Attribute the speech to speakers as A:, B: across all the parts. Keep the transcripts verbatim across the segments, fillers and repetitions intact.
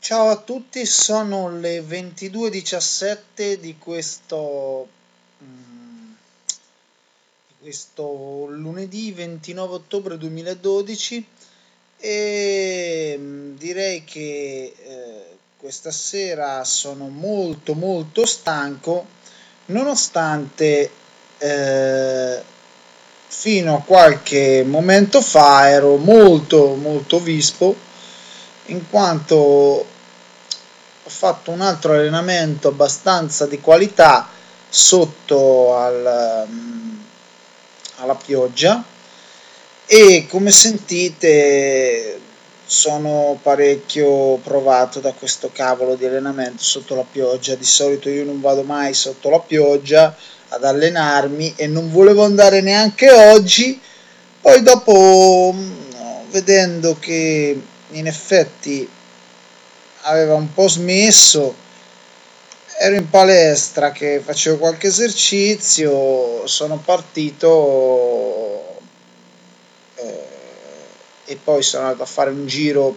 A: Ciao a tutti, sono le ventidue e diciassette di questo, mm, di questo lunedì ventinove ottobre duemiladodici e mm, direi che eh, questa sera sono molto molto stanco, nonostante eh, fino a qualche momento fa ero molto molto vispo, in quanto ho fatto un altro allenamento abbastanza di qualità sotto al, mm, alla pioggia, e come sentite sono parecchio provato da questo cavolo di allenamento sotto la pioggia. Di solito io non vado mai sotto la pioggia ad allenarmi e non volevo andare neanche oggi. Poi dopo, no, vedendo che in effetti aveva un po' smesso, ero in palestra che facevo qualche esercizio, sono partito eh, e poi sono andato a fare un giro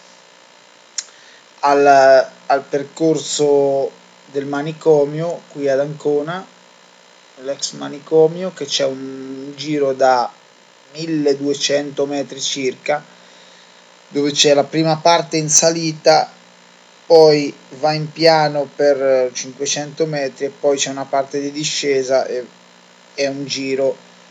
A: al, al percorso del manicomio qui ad Ancona, l'ex manicomio, che c'è un giro da milleduecento metri circa, dove c'è la prima parte in salita, poi va in piano per cinquecento metri e poi c'è una parte di discesa e è un giro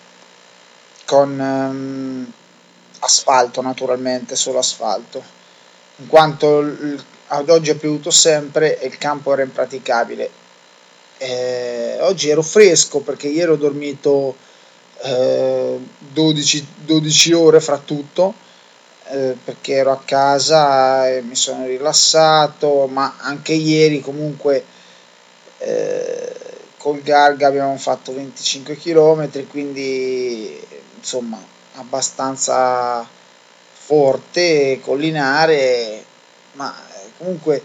A: con um, asfalto, naturalmente solo asfalto, in quanto il, ad oggi ha piovuto sempre e il campo era impraticabile. Eh, oggi ero fresco perché ieri ho dormito eh, dodici, dodici ore fra tutto, eh, perché ero a casa e mi sono rilassato, ma anche ieri comunque eh, col Garga abbiamo fatto venticinque chilometri, quindi insomma abbastanza forte, collinare, ma comunque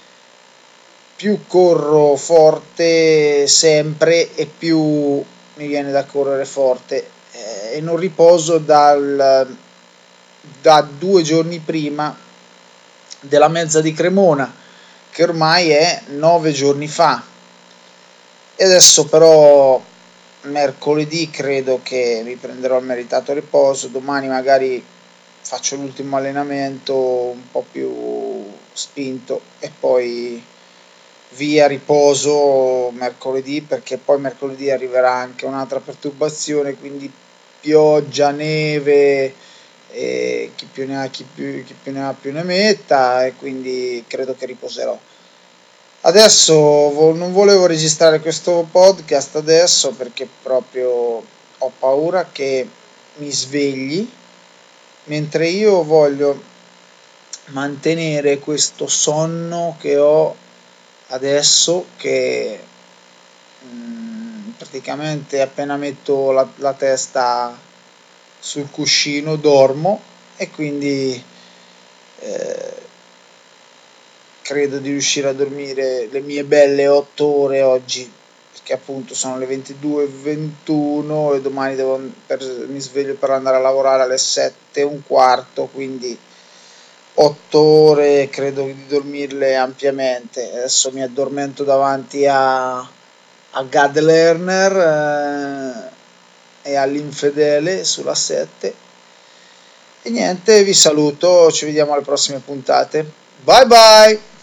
A: più corro forte sempre e più mi viene da correre forte, eh, e non riposo dal, da due giorni prima della mezza di Cremona, che ormai è nove giorni fa. E adesso però mercoledì credo che mi prenderò il meritato riposo, domani magari faccio l'ultimo allenamento un po' più spinto e poi via riposo mercoledì, perché poi mercoledì arriverà anche un'altra perturbazione, quindi pioggia, neve, e chi più ne ha chi più, chi più ne ha più ne metta, e quindi credo che riposerò. Adesso vo- non volevo registrare questo podcast adesso perché proprio ho paura che mi svegli mentre io voglio mantenere questo sonno che ho adesso, che mm, praticamente appena metto la, la testa sul cuscino dormo, e quindi eh, credo di riuscire a dormire le mie belle otto ore oggi, perché appunto sono le ventidue e ventuno e domani devo, per, mi sveglio per andare a lavorare alle sette e un quarto, quindi otto ore credo di dormirle ampiamente. Adesso mi addormento davanti a, a God Lerner eh, e all'Infedele sulla sette, e niente, vi saluto, ci vediamo alle prossime puntate. Bye bye!